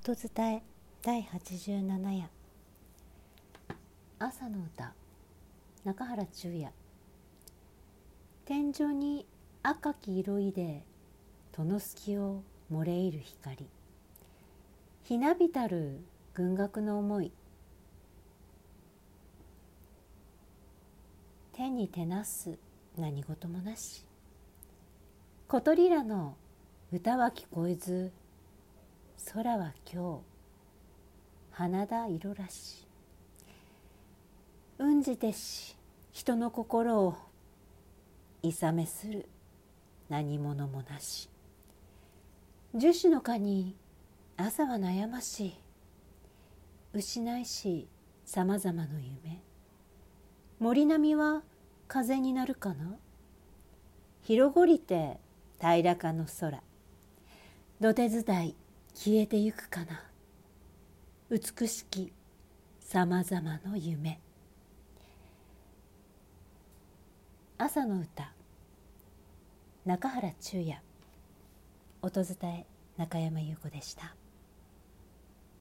音伝え第87夜。朝の歌、中原中也。天井に赤き色いで戸隙を漏れ入る光、ひなびたる軍楽の思い、手に手なす何事もなし、小鳥らの歌は聞こえず、空は今日花田色らし。うんじてし人の心をいさめする何者もなし。樹種の花に朝は悩ましい、失いしさまざまの夢。森並みは風になるかな、広ごりて平らかの空。土手伝い消えてゆくかな、美しきさまざまの夢。朝の歌、中原中也。音伝え中山優子でした。